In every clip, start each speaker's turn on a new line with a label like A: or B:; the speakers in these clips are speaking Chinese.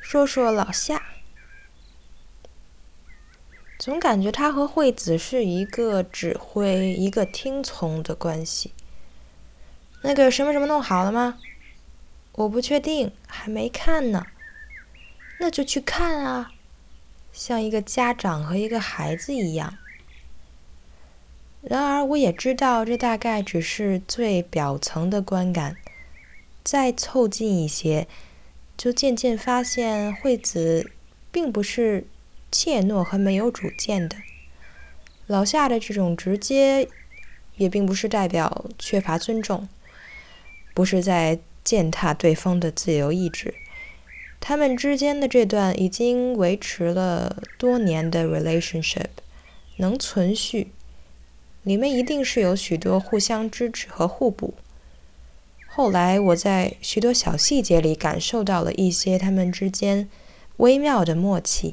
A: 说说老夏。总感觉他和惠子是一个指挥一个听从的关系。那个什么什么弄好了吗？我不确定，还没看呢。那就去看啊，像一个家长和一个孩子一样。然而我也知道这大概只是最表层的观感，再凑近一些，就渐渐发现惠子并不是怯懦和没有主见的。老夏的这种直接也并不是代表缺乏尊重，不是在践踏对方的自由意志。他们之间的这段已经维持了多年的 relationship 能存续，里面一定是有许多互相支持和互补。后来我在许多小细节里感受到了一些他们之间微妙的默契。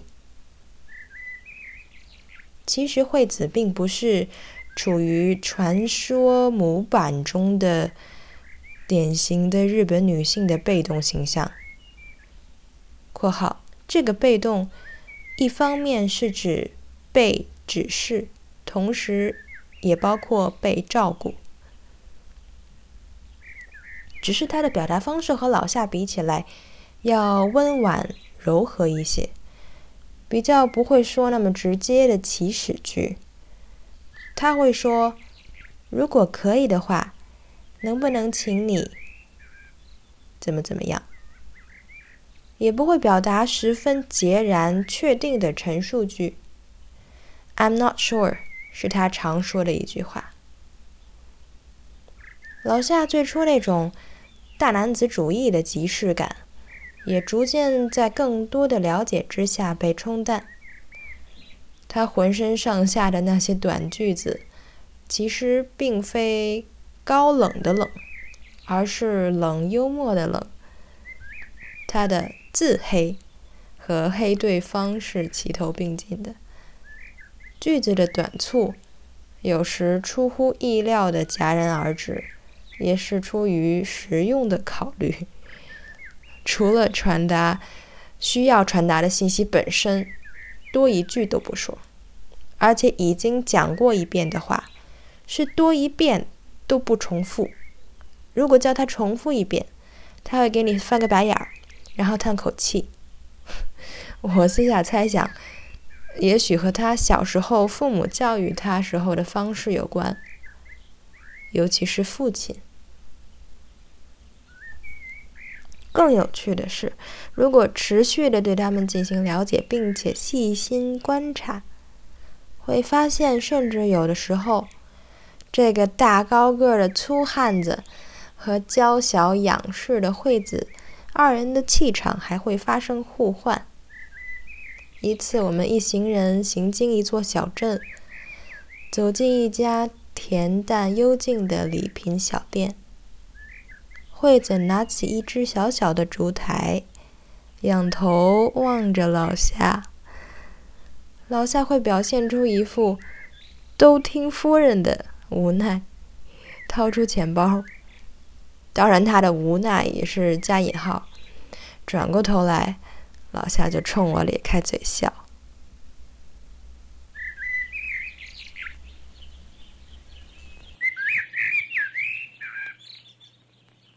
A: 其实惠子并不是处于传说模板中的典型的日本女性的被动形象。括号，这个被动一方面是指被指示，同时也包括被照顾。只是她的表达方式和老夏比起来要温婉柔和一些，比较不会说那么直接的祈使句。他会说，如果可以的话，能不能请你怎么怎么样，也不会表达十分截然确定的陈述句。 I'm not sure 是他常说的一句话。老夏最初那种大男子主义的即视感也逐渐在更多的了解之下被冲淡。他浑身上下的那些短句子其实并非高冷的冷，而是冷幽默的冷。他的自黑和黑对方是齐头并进的。句子的短促有时出乎意料的戛然而止，也是出于实用的考虑。除了需要传达的信息本身，多一句都不说，而且已经讲过一遍的话是多一遍都不重复。如果叫他重复一遍，他会给你翻个白眼儿，然后叹口气。我私下猜想，也许和他小时候父母教育他时候的方式有关，尤其是父亲。更有趣的是，如果持续的对他们进行了解，并且细心观察，会发现甚至有的时候，这个大高个的粗汉子和娇小仰视的惠子二人的气场还会发生互换。一次我们一行人行经一座小镇，走进一家恬淡幽静的礼品小店。惠子拿起一只小小的烛台，仰头望着老夏。老夏会表现出一副都听夫人的无奈，掏出钱包，当然他的无奈也是加引号。转过头来，老夏就冲我咧开嘴笑。